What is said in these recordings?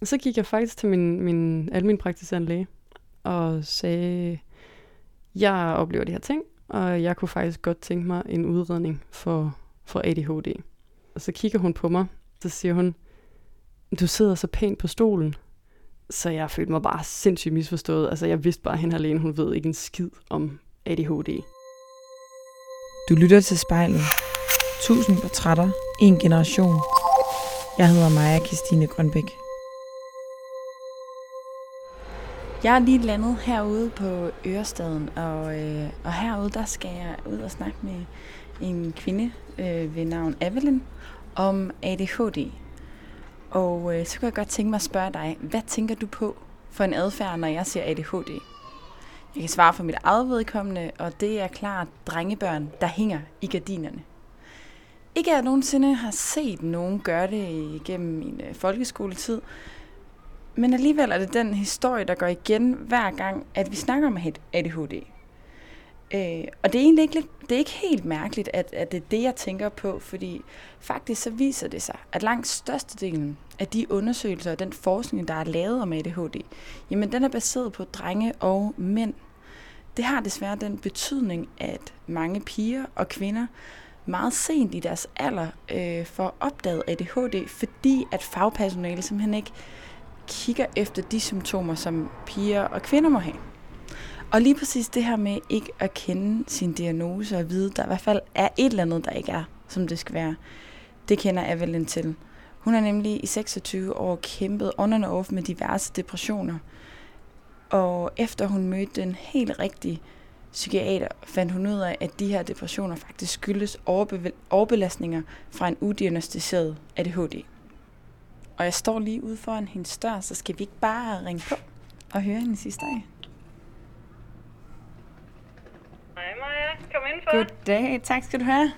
Og så gik jeg faktisk til min almenpraktiserende læge og sagde, jeg oplever de her ting, og jeg kunne faktisk godt tænke mig en udredning for ADHD. Og så kigger hun på mig, så siger hun, du sidder så pænt på stolen. Så jeg følte mig bare sindssygt misforstået. Altså jeg vidste bare, at hende alene, hun ved ikke en skid om ADHD. Du lytter til Spejlet. 1000 portrætter, en generation. Jeg hedder Maja Kirstine Grønbæk. Jeg er lige landet herude på Ørestaden, og herude der skal jeg ud og snakke med en kvinde ved navn Evelyn om ADHD. Og så kunne jeg godt tænke mig at spørge dig, hvad tænker du på for en adfærd, når jeg siger ADHD? Jeg kan svare for mit eget vedkommende, og det er klart drengebørn, der hænger i gardinerne. Ikke at jeg nogensinde har set nogen gøre det igennem min folkeskoletid, men alligevel er det den historie, der går igen hver gang, at vi snakker om ADHD. Og det er egentlig ikke helt mærkeligt, at det er det, jeg tænker på, fordi faktisk så viser det sig, at langt størstedelen af de undersøgelser og den forskning, der er lavet om ADHD, jamen den er baseret på drenge og mænd. Det har desværre den betydning, at mange piger og kvinder meget sent i deres alder får opdaget ADHD, fordi at fagpersonale simpelthen ikke kigger efter de symptomer, som piger og kvinder må have. Og lige præcis det her med ikke at kende sin diagnose og vide, der i hvert fald er et eller andet, der ikke er, som det skal være, det kender Evelyn til. Hun har nemlig i 26 år kæmpet on and off med diverse depressioner. Og efter hun mødte den helt rigtige psykiater, fandt hun ud af, at de her depressioner faktisk skyldes overbelastninger fra en udiagnostiseret ADHD. Og jeg står lige ude foran hendes dør, så skal vi ikke bare ringe på og høre hendes historie. Hej Maja, kom indenfor. Goddag, tak skal du have.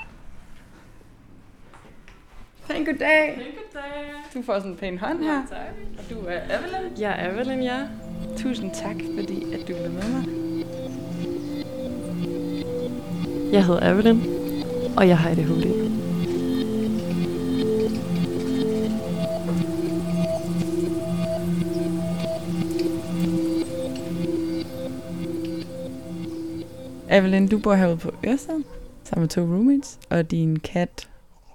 Pæn goddag. Pæn goddag. Du får sådan en pæn hånd her. Tak. Og du er Evelyn. Jeg er Evelyn, ja. Tusind tak, fordi at du vil med mig. Jeg hedder Evelyn, og jeg har ADHD. Evelyn, du bor herude på Ørestaden, sammen med 2 roommates, og din kat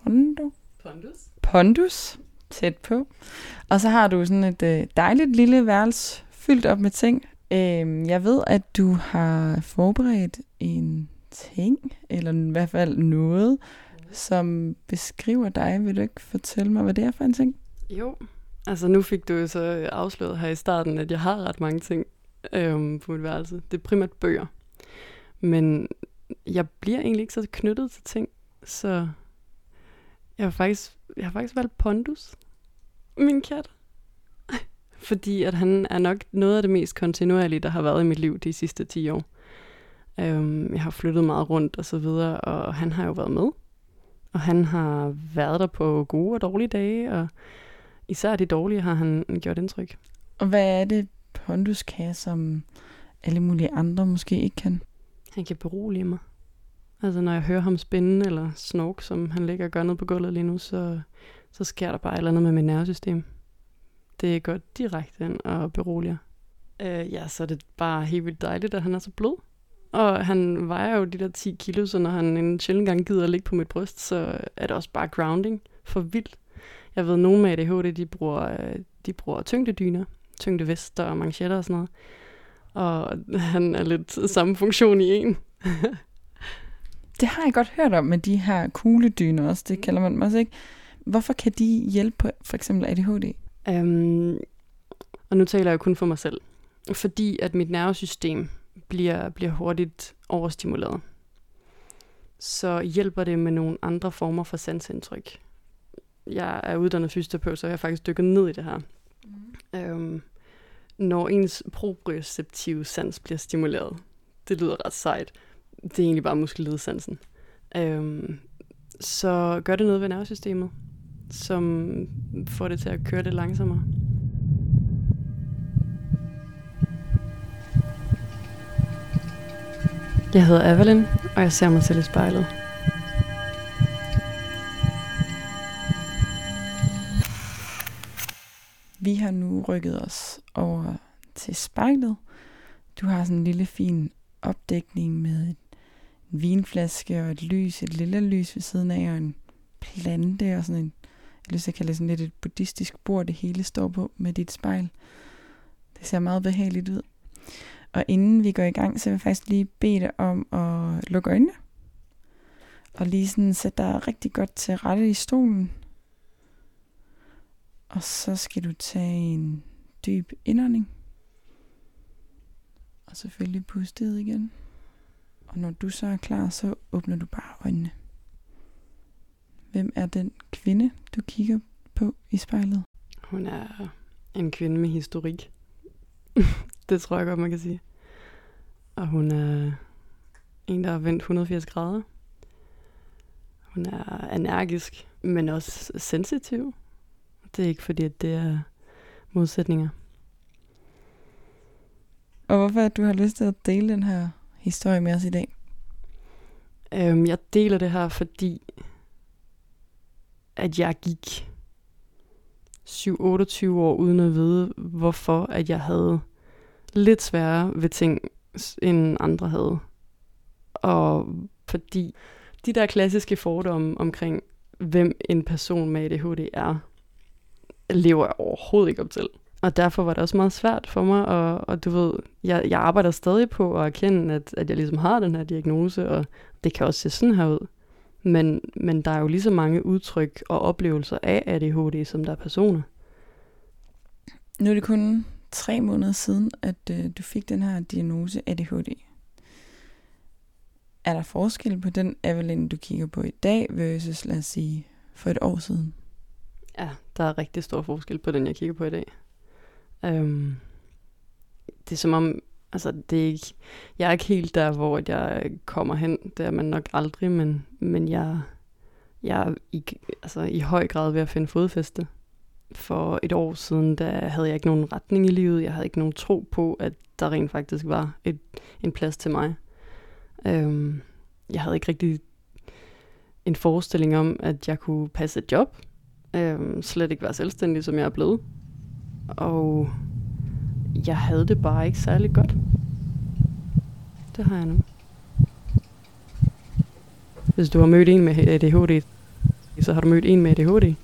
Pondus, tæt på. Og så har du sådan et dejligt lille værelse fyldt op med ting. Jeg ved, at du har forberedt en ting, eller i hvert fald noget, som beskriver dig. Vil du ikke fortælle mig, hvad det er for en ting? Jo, altså nu fik du jo så afsløret her i starten, at jeg har ret mange ting på mit værelse. Det er primært bøger. Men jeg bliver egentlig ikke så knyttet til ting, så jeg har faktisk valgt Pondus, min kat. Fordi at han er nok noget af det mest kontinuerlige, der har været i mit liv de sidste 10 år. Jeg har flyttet meget rundt og så videre, og han har jo været med. Og han har været der på gode og dårlige dage, og især de dårlige har han gjort indtryk. Og hvad er det, Pondus kan, som alle mulige andre måske ikke kan? Han kan berolige mig. Altså når jeg hører ham spænde eller snorke, som han ligger og gør ned på gulvet lige nu, så sker der bare et eller andet med mit nervesystem. Det går direkte ind og beroliger. Ja, så er det bare helt vildt dejligt, at han er så blød. Og han vejer jo de der 10 kilo, så når han en sjældent gang gider at ligge på mit bryst, så er det også bare grounding for vildt. Jeg ved, nogle med ADHD, de bruger tyngdedyner, tyngdevester og manchetter og sådan noget. Og han er lidt samme funktion i en. Det har jeg godt hørt om med de her kugledyner også, det kalder man dem også, ikke? Hvorfor kan de hjælpe på for eksempel ADHD? Og nu taler jeg kun for mig selv. Fordi at mit nervesystem bliver hurtigt overstimuleret. Så hjælper det med nogle andre former for sansindtryk. Jeg er uddannet fysioterapeut, så jeg har faktisk dykket ned i det her. Når ens proprioceptive sans bliver stimuleret. Det lyder ret sejt. Det er egentlig bare muskelledsansen. Så gør det noget ved nervesystemet, som får det til at køre lidt langsommere. Jeg hedder Evelyn, og jeg ser mig selv i spejlet. Vi har nu rykket os over til spejlet. Du har sådan en lille fin opdækning med en vinflaske og et lys, et lille lys ved siden af, og en plante og sådan en, jeg lyst til at kalde det sådan lidt et buddhistisk bord, det hele står på med dit spejl. Det ser meget behageligt ud. Og inden vi går i gang, så vil jeg faktisk lige bede dig om at lukke øjnene. Og lige sådan sætte dig rigtig godt til rette i stolen. Og så skal du tage en dyb indånding. Og selvfølgelig puste ud igen. Og når du så er klar, så åbner du bare øjnene. Hvem er den kvinde, du kigger på i spejlet? Hun er en kvinde med historik. Det tror jeg godt, man kan sige. Og hun er en, der har vendt 180 grader. Hun er energisk, men også sensitiv. Det er ikke fordi, at det er modsætninger. Og hvorfor at du har lyst til at dele den her historie med os i dag? Jeg deler det her, fordi at jeg gik 27-28 år uden at vide, hvorfor at jeg havde lidt sværere ved ting, end andre havde. Og fordi de der klassiske fordomme omkring, hvem en person med ADHD er, lever jeg overhovedet ikke op til. Og derfor var det også meget svært for mig, og du ved, jeg arbejder stadig på at erkende, at jeg ligesom har den her diagnose, og det kan også se sådan her ud. Men der er jo lige så mange udtryk og oplevelser af ADHD, som der er personer. Nu er det kun 3 måneder siden, at du fik den her diagnose ADHD. Er der forskel på den Evelyn, du kigger på i dag, versus, lad os sige, for et år siden? Ja, der er rigtig stor forskel på den, jeg kigger på i dag. Det er som om, altså det er ikke, jeg er ikke helt der, hvor jeg kommer hen. Det er man nok aldrig, men jeg er i høj grad ved at finde fodfæste. For et år siden, der havde jeg ikke nogen retning i livet. Jeg havde ikke nogen tro på, at der rent faktisk var en plads til mig. Jeg havde ikke rigtig en forestilling om, at jeg kunne passe et job. Slet ikke være selvstændig, som jeg er blevet. Og jeg havde det bare ikke særlig godt. Det har jeg nu. Hvis du har mødt en med ADHD, så har du mødt en med ADHD.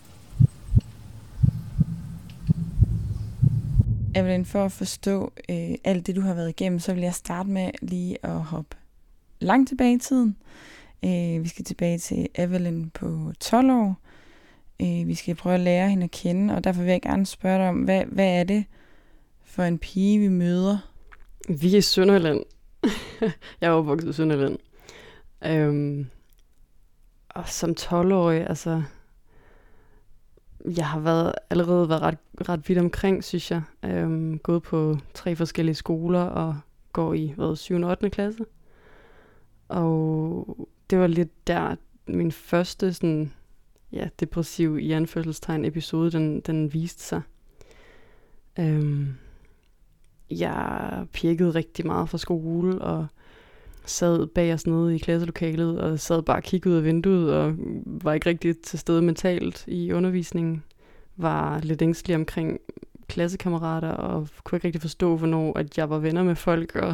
Evelyn, for at forstå alt det, du har været igennem, så vil jeg starte med lige at hoppe langt tilbage i tiden. Vi skal tilbage til Evelyn på 12 år. Vi skal prøve at lære hende at kende, og derfor vil jeg gerne spørge dig om, hvad er det for en pige, vi møder? Vi er i Sønderjylland. Jeg er opvokset i Sønderjylland. Og som 12-årig, altså, jeg har allerede været ret vidt omkring, synes jeg. Gået på 3 forskellige skoler og går i 7. og 8. klasse. Og det var lidt der, min første sådan, depressiv i anførselstegn episode, den viste sig. Jeg pirkede rigtig meget fra skole, og sad bag os nede i klasselokalet, og sad bare og kiggede ud af vinduet, og var ikke rigtig til stede mentalt i undervisningen. Var lidt ængstelig omkring klassekammerater, og kunne ikke rigtig forstå, hvornår at jeg var venner med folk, og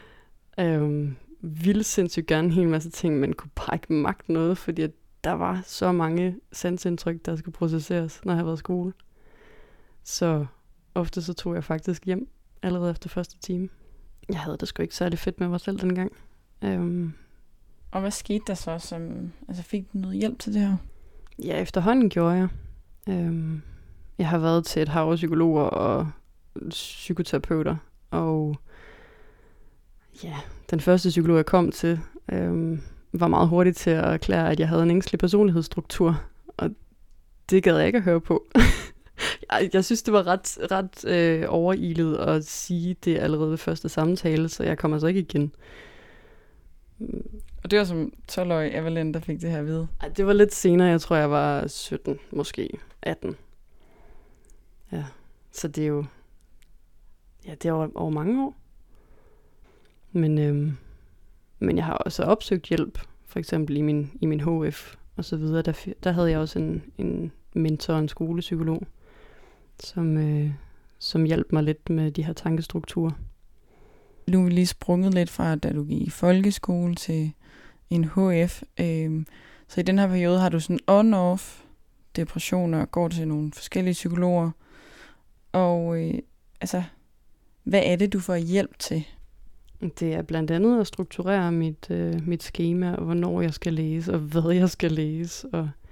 ville sindssygt gerne en hel masse ting, men kunne bare ikke magte noget, fordi at der var så mange sansindtryk, der skulle processeres, når jeg havde været i skole. Så ofte så tog jeg faktisk hjem allerede efter første time. Jeg havde det sgu ikke særlig fedt med mig selv dengang. Og hvad skete der så? Fik du noget hjælp til det her? Ja, efterhånden gjorde jeg. Jeg har været til et hav af psykologer og psykoterapeuter, og ja, den første psykolog, jeg kom til, var meget hurtigt til at erklære, at jeg havde en ængstelig personlighedsstruktur, og det gad jeg ikke at høre på. Jeg synes, det var ret overilet at sige det allerede ved første samtale, så jeg kommer altså ikke igen. Og det var som 12-årig Evelyn, der fik det her at vide? Ej, det var lidt senere. Jeg tror, jeg var 17, måske 18. Ja, så det er jo... Ja, det er over mange år. Men jeg har også opsøgt hjælp, for eksempel i min HF og så videre. Der havde jeg også en mentor, en skolepsykolog. som hjalp mig lidt med de her tankestrukturer. Nu er vi lige sprunget lidt fra, da du gik i folkeskole til en HF. Så i den her periode har du sådan on-off depressioner og går til nogle forskellige psykologer. Og hvad er det, du får hjælp til? Det er blandt andet at strukturere mit schema, og hvornår jeg skal læse, og hvad jeg skal læse,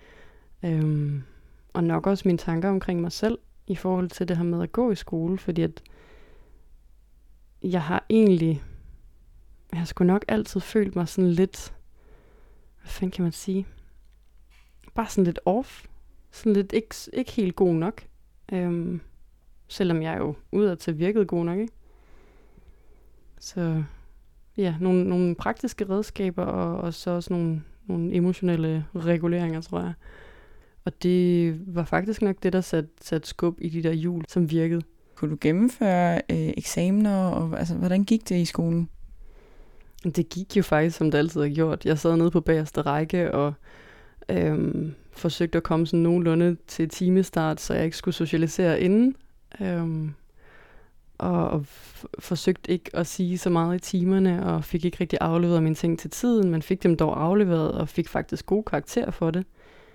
og nok også mine tanker omkring mig selv, i forhold til det her med at gå i skole, fordi at jeg har sgu nok altid følt mig sådan lidt, hvad fanden kan man sige, bare sådan lidt off, sådan lidt ikke helt god nok, selvom jeg jo udadtil virkede god nok, ikke? Så ja, nogle praktiske redskaber, og så også nogle emotionelle reguleringer, tror jeg. Og det var faktisk nok det, der satte skub i de der hjul, som virkede. Kunne du gennemføre eksamener, og hvordan gik det i skolen? Det gik jo faktisk, som det altid har gjort. Jeg sad nede på bagerste række, og forsøgte at komme sådan nogenlunde til timestart, så jeg ikke skulle socialisere inden. Og forsøgte ikke at sige så meget i timerne, og fik ikke rigtig afleveret mine ting til tiden, men fik dem dog afleveret, og fik faktisk gode karakterer for det.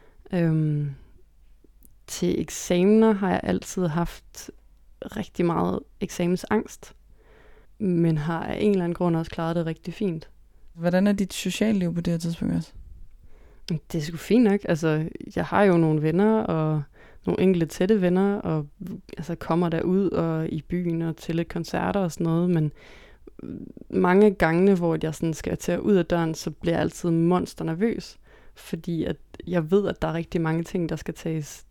Til eksamener har jeg altid haft rigtig meget eksamensangst, men har af en eller anden grund også klaret det rigtig fint. Hvordan er dit sociale liv på det her tidspunkt også? Det er sgu fint nok. Altså, jeg har jo nogle venner, og nogle enkelte tætte venner, og kommer derud og i byen og til lidt koncerter og sådan noget, men mange gange, hvor jeg sådan skal til at ud af døren, så bliver jeg altid monster nervøs, fordi at jeg ved, at der er rigtig mange ting, der skal tages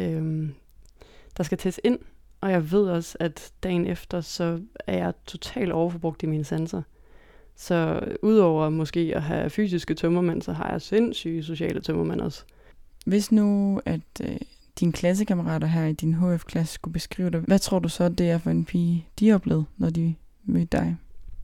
ind, og jeg ved også, at dagen efter, så er jeg totalt overforbrugt i mine sanser. Så udover måske at have fysiske tømmermænd, så har jeg sindssyge sociale tømmermænd også. Hvis nu, at dine klassekammerater her i din HF-klasse skulle beskrive dig, hvad tror du så, det er for en pige, de oplevede, når de mødte dig?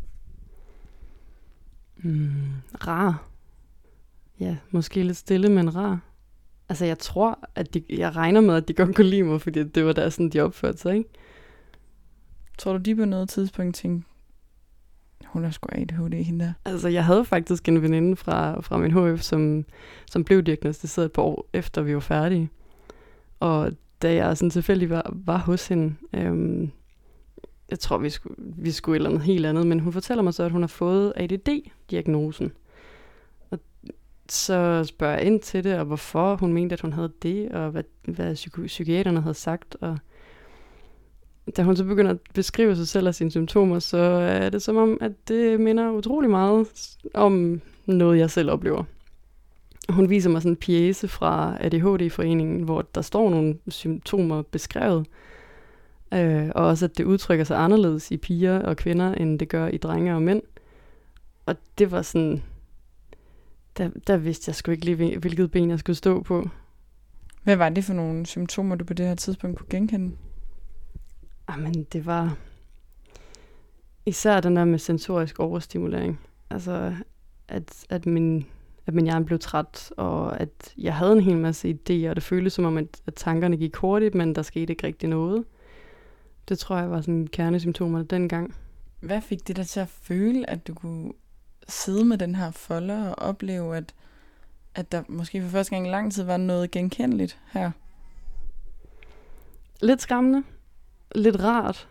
Rar. Ja, måske lidt stille, men rar. Altså, jeg tror, at jeg regner med, at de godt kunne lide mig, fordi det var der sådan, de opførte sig, ikke? Tror du, de på noget tidspunkt tænkte, hun er sgu ADHD, hende der? Altså, jeg havde faktisk en veninde fra min HF, som blev diagnosticeret et par år efter, vi var færdige. Og da jeg sådan tilfældig var hos hende, jeg tror, vi skulle et eller andet helt andet, men hun fortæller mig så, at hun har fået ADD-diagnosen. Og så spørger jeg ind til det, og hvorfor hun mente, at hun havde det, og hvad psykiaterne havde sagt. Og da hun så begynder at beskrive sig selv og sine symptomer, så er det som om, at det minder utrolig meget om noget, jeg selv oplever. Hun viser mig sådan en pjece fra ADHD-foreningen, hvor der står nogle symptomer beskrevet, og også at det udtrykker sig anderledes i piger og kvinder, end det gør i drenge og mænd. Og det var sådan, der vidste jeg sgu ikke lige, hvilket ben jeg skulle stå på. Hvad var det for nogle symptomer, du på det her tidspunkt kunne genkende? Jamen, det var især den der med sensorisk overstimulering. Altså, at min hjerne blev træt, og at jeg havde en hel masse idéer, og det føltes som om, at tankerne gik hurtigt, men der skete ikke rigtig noget. Det tror jeg var sådan kernesymptomerne dengang. Hvad fik det dig til at føle, at du kunne sidde med den her folder og opleve, at der måske for første gang i lang tid var noget genkendeligt her? Lidt skræmmende. Lidt rart.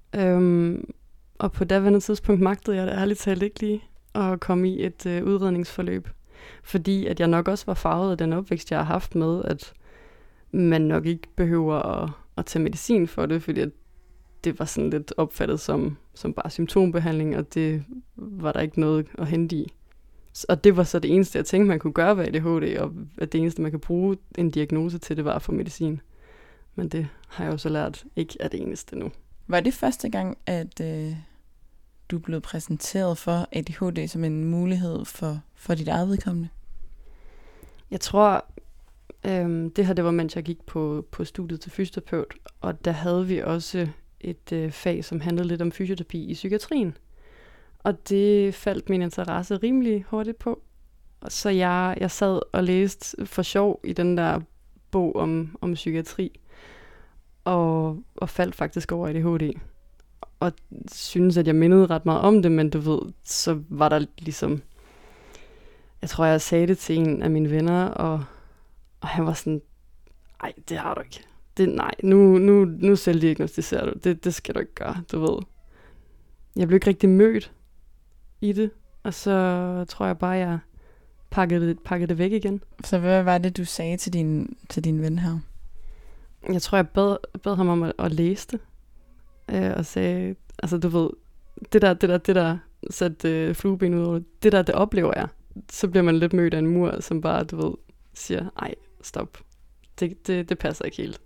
Og på daværende tidspunkt magtede jeg det ærligt talt ikke lige at komme i et udredningsforløb. Fordi at jeg nok også var farvet af den opvækst, jeg har haft med, at man nok ikke behøver at tage medicin for det, fordi at det var sådan lidt opfattet som bare symptombehandling, og det var der ikke noget at hente i. Og det var så det eneste, jeg tænkte, man kunne gøre ved ADHD, og at det eneste, man kan bruge en diagnose til, det var at få medicin. Men det har jeg jo så lært ikke er det eneste nu. Var det første gang, at du blev præsenteret for ADHD som en mulighed for dit eget vedkommende? Jeg tror, det her det var, mens jeg gik på studiet til fysioterapeut, og der havde vi også et fag, som handlede lidt om fysioterapi i psykiatrien. Og det faldt min interesse rimelig hurtigt på. Så jeg sad og læste for sjov i den der bog om psykiatri. og faldt faktisk over ADHD. Og synes, at jeg mindede ret meget om det, men du ved, så var der ligesom, jeg tror, jeg sagde det til en af mine venner, og han var sådan, ej, det har du ikke. Nu selvdiagnostiserer du. Det skal du ikke gøre, du ved. Jeg blev ikke rigtig mødt i det, og så tror jeg bare, jeg pakkede det væk igen. Så hvad var det, du sagde til din ven her? Jeg tror, jeg bad ham om at læse det, og sagde, altså du ved, det der, sat flueben ud over det oplever jeg. Så bliver man lidt mødt af en mur, som bare, du ved, siger, ej, stop. Det passer ikke helt.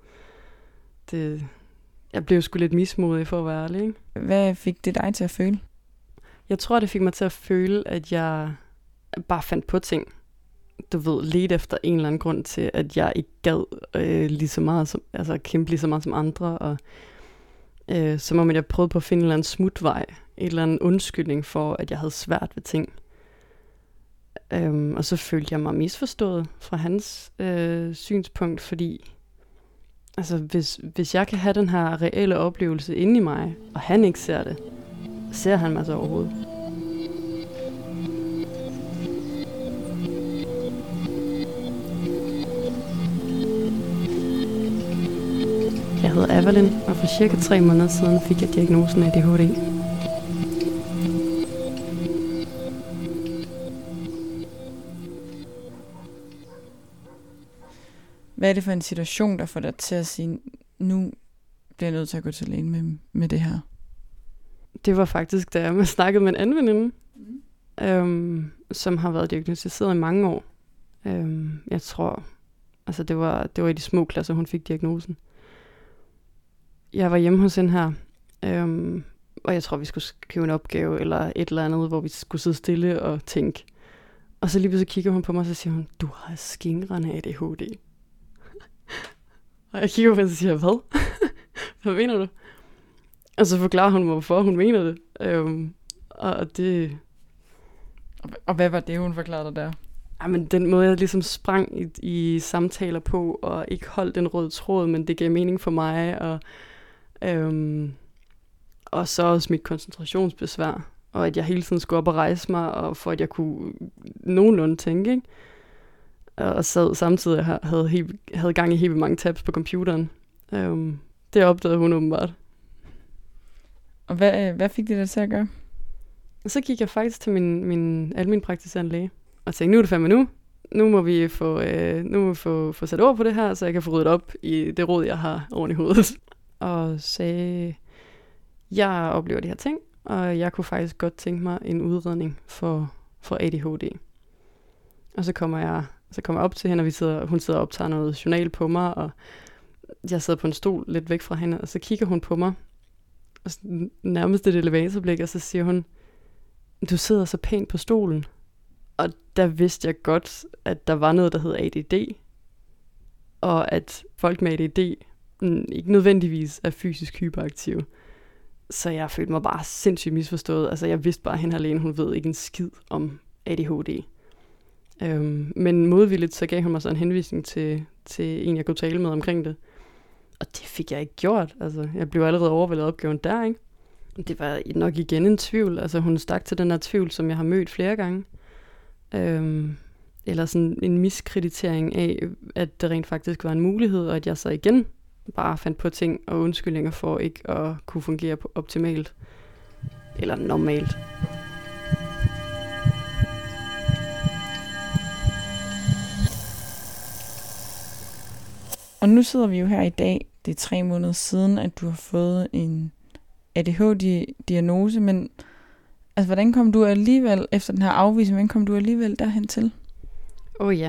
Jeg blev sgu lidt mismodig for at være ærlig, ikke? Hvad fik det dig til at føle? Jeg tror, det fik mig til at føle, at jeg bare fandt på ting. Du ved, ledte efter en eller anden grund til, at jeg ikke gad lige så meget, kæmpe lige så meget som andre, og som om jeg prøvede på at finde en eller anden smutvej, en eller anden undskyldning for, at jeg havde svært ved ting. Og så følte jeg mig misforstået fra hans synspunkt, fordi altså, hvis jeg kan have den her reelle oplevelse inde i mig, og han ikke ser det, ser han mig så overhovedet? Jeg hedder Evelyn, og for cirka 3 måneder siden fik jeg diagnosen af ADHD. Hvad er det for en situation, der får dig til at sige, nu bliver jeg nødt til at gå til lægen med det her? Det var faktisk, da jeg snakkede med en anden veninde, som har været diagnosticeret i mange år. Jeg tror, altså det var i de små klasser, hun fik diagnosen. Jeg var hjemme hos hende her, og jeg tror, vi skulle skrive en opgave eller et eller andet, hvor vi skulle sidde stille og tænke. Og så lige pludselig kigger hun på mig, og så siger hun, du har skingrende ADHD. Og jeg kigger på hende, og så siger jeg, hvad? Hvad mener du? Og så forklarer hun mig, hvorfor hun mener det. Og det... Og hvad var det, hun forklarede dig der? Jamen, den måde, jeg ligesom sprang i samtaler på, og ikke holdt den røde tråd, men det gav mening for mig, og så også mit koncentrationsbesvær, og at jeg hele tiden skulle op og rejse mig, og for at jeg kunne nogenlunde tænke, ikke? Og sad samtidig havde gang i helt vildt mange tabs på computeren. Det opdagede hun åbenbart. Og hvad fik det dig til at gøre? Så gik jeg faktisk til min almenpraktiserende læge, og tænkte, nu er det fandme nu. Nu må vi få sat ord på det her, så jeg kan få ryddet op i det råd, jeg har oven i hovedet. Og sagde, jeg oplever de her ting, og jeg kunne faktisk godt tænke mig en udredning for ADHD. Og så kommer jeg op til hende, og hun sidder og optager noget journal på mig, og jeg sidder på en stol lidt væk fra hende, og så kigger hun på mig, og nærmest et elevatorblik, og så siger hun, du sidder så pænt på stolen. Og der vidste jeg godt, at der var noget, der hed ADD, og at folk med ADD ikke nødvendigvis er fysisk hyperaktive. Så jeg følte mig bare sindssygt misforstået. Altså jeg vidste bare, at hende alene, hun ved ikke en skid om ADHD. Men modvilligt, så gav hun mig så en henvisning til en, jeg kunne tale med omkring det. Og det fik jeg ikke gjort. Altså, jeg blev allerede overvældet af opgaven der, ikke? Det var nok igen en tvivl. Altså, hun stak til den her tvivl, som jeg har mødt flere gange. Eller sådan en miskreditering af, at det rent faktisk var en mulighed, og at jeg så igen bare fandt på ting og undskyldninger for ikke at kunne fungere optimalt. Eller normalt. Og nu sidder vi jo her i dag. Det er 3 måneder siden, at du har fået en ADHD-diagnose, men altså, hvordan kom du alligevel, efter den her afvisning, hvordan kom du alligevel derhen til? Ja.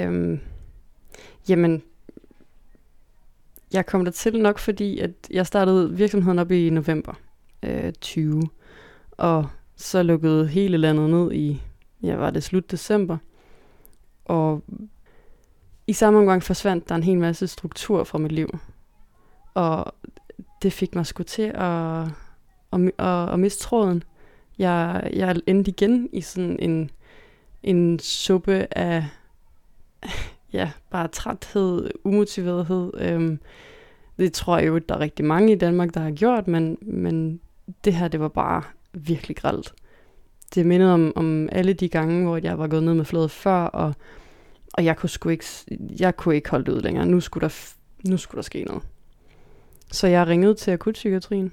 Jamen, jeg kom der til nok, fordi at jeg startede virksomheden op i november 20, og så lukkede hele landet ned i, var det slut december, og i samme omgang forsvandt der en hel masse struktur fra mit liv, og det fik mig sgu til at miste tråden. Jeg endte igen i sådan en suppe af bare træthed, umotiverethed, Det tror jeg jo, der er rigtig mange i Danmark, der har gjort, men det her, det var bare virkelig grelt. Det mindede om alle de gange, hvor jeg var gået ned med fladet før, og jeg kunne ikke holde det ud længere. Nu skulle der ske noget. Så jeg ringede til akutpsykiatrien,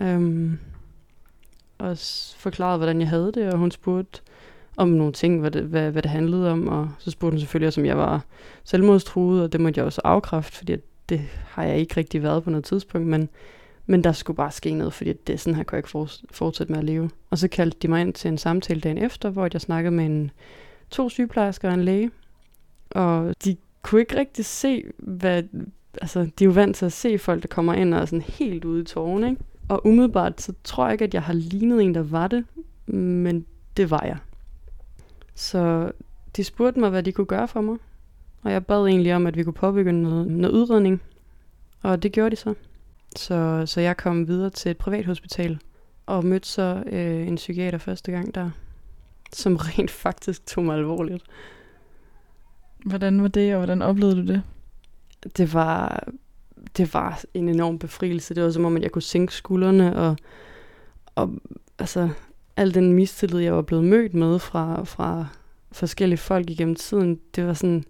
og forklarede, hvordan jeg havde det, og hun spurgte om nogle ting, hvad det handlede om, og så spurgte hun selvfølgelig også, om jeg var selvmordstruet, og det måtte jeg også afkræfte, fordi det har jeg ikke rigtig været på noget tidspunkt, men der skulle bare ske noget, fordi det sådan her kunne jeg ikke fortsætte med at leve. Og så kaldte de mig ind til en samtale dagen efter, hvor jeg snakkede med 2 sygeplejersker og en læge, og de kunne ikke rigtig se, de er jo vant til at se folk, der kommer ind og er sådan helt ude i tårerne, ikke? Og umiddelbart, så tror jeg ikke, at jeg har lignet en, der var det, men det var jeg. Så de spurgte mig, hvad de kunne gøre for mig, og jeg bad egentlig om, at vi kunne påbegynde noget udredning, og det gjorde de så. Så jeg kom videre til et privathospital, og mødte så en psykiater første gang der, som rent faktisk tog mig alvorligt. Hvordan var det, og hvordan oplevede du det? Det var en enorm befrielse. Det var som om, at jeg kunne sænke skuldrene, og altså, al den mistillid, jeg var blevet mødt med fra forskellige folk igennem tiden, det var sådan,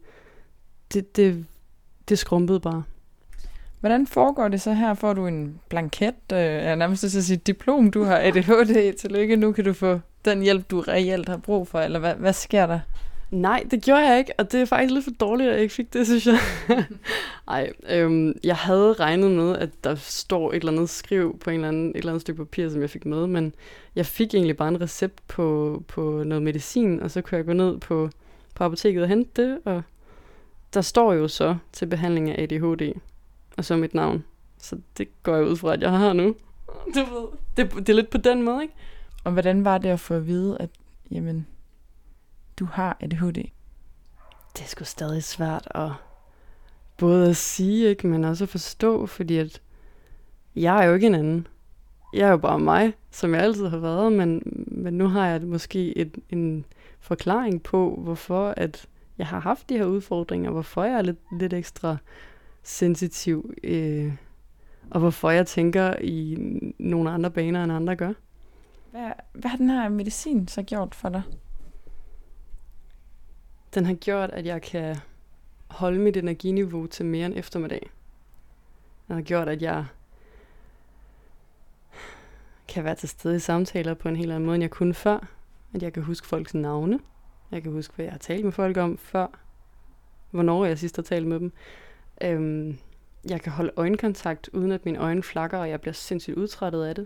det skrumpede bare. Hvordan foregår det så her? Får du en blanket? Jeg nærmest til at sige diplom, du har ADHD, tillykke, nu kan du få den hjælp, du reelt har brug for, eller hvad sker der? Nej, det gjorde jeg ikke, og det er faktisk lidt for dårligt, at jeg ikke fik det, synes jeg. Jeg havde regnet med, at der står et eller andet skriv på et eller andet stykke papir, som jeg fik med, men jeg fik egentlig bare en recept på noget medicin, og så kunne jeg gå ned på apoteket og hente det, og der står jo så til behandling af ADHD, og så mit navn. Så det går jeg ud fra, at jeg har nu. Du ved, det er lidt på den måde, ikke? Og hvordan var det at få at vide, at jamen, du har ADHD? Det er sgu stadig svært at både at sige, ikke, men også at forstå, fordi at jeg er jo ikke en anden. Jeg er jo bare mig, som jeg altid har været, men nu har jeg måske en forklaring på, hvorfor at jeg har haft de her udfordringer, hvorfor jeg er lidt ekstra sensitiv, og hvorfor jeg tænker i nogle andre baner, end andre gør. Hvad har den her medicin så gjort for dig? Den har gjort, at jeg kan holde mit energiniveau til mere end eftermiddag. Den har gjort, at jeg kan være til stede i samtaler på en helt anden måde, end jeg kunne før. At jeg kan huske folks navne. Jeg kan huske, hvad jeg har talt med folk om før. Hvornår jeg sidst har talt med dem. Jeg kan holde øjenkontakt, uden at mine øjne flakker, og jeg bliver sindssygt udtrættet af det.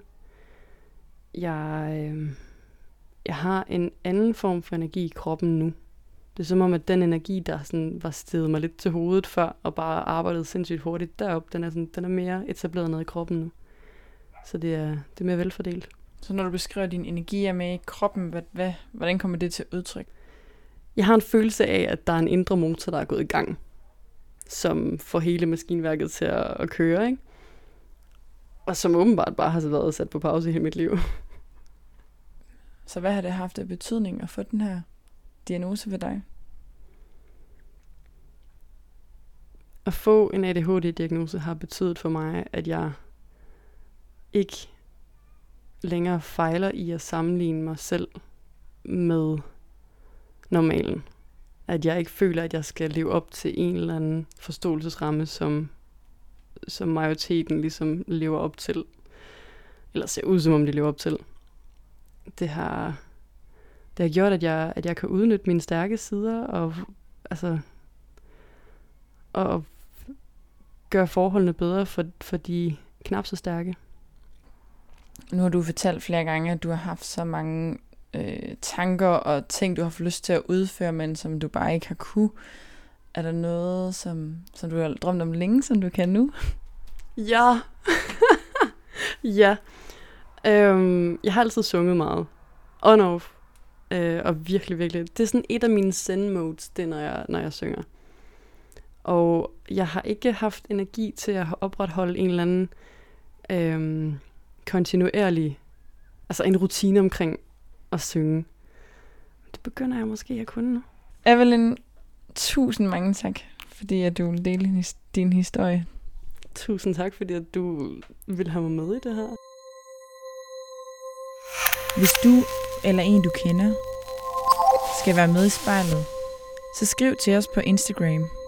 Jeg har en anden form for energi i kroppen nu. Det er som om, at den energi, der sådan var steget mig lidt til hovedet før, og bare arbejdede sindssygt hurtigt derop, den er mere etableret ned i kroppen nu. Så det er mere velfordelt. Så når du beskriver, at din energi er med i kroppen, hvordan kommer det til udtryk? Jeg har en følelse af, at der er en indre motor, der er gået i gang, som får hele maskinværket til at køre, ikke? Og som åbenbart bare har været sat på pause i hele mit liv. Så hvad har det haft af betydning at få den her diagnose ved dig? At få en ADHD-diagnose har betydet for mig, at jeg ikke længere fejler i at sammenligne mig selv med normalen. At jeg ikke føler, at jeg skal leve op til en eller anden forståelsesramme, som majoriteten ligesom lever op til. Eller ser ud, som om de lever op til. Det har gjort, at jeg kan udnytte mine stærke sider og gøre forholdene bedre for de knap så stærke. Nu har du fortalt flere gange, at du har haft så mange tanker og ting, du har haft lyst til at udføre, men som du bare ikke har kunne. Er der noget, som du har drømt om længe, som du kan nu? Ja. Ja. Jeg har altid sunget meget. On-off. Og virkelig, virkelig. Det er sådan et af mine zen-modes, det når jeg synger. Og jeg har ikke haft energi til at opretholde en eller anden kontinuerlig, altså en rutine omkring at synge. Det begynder jeg måske at kunne nu. Evelyn, tusind mange tak, fordi at du delte din historie. Tusind tak, fordi at du vil have mig med i det her. Hvis du eller en, du kender, skal være med i spejlet, så skriv til os på Instagram.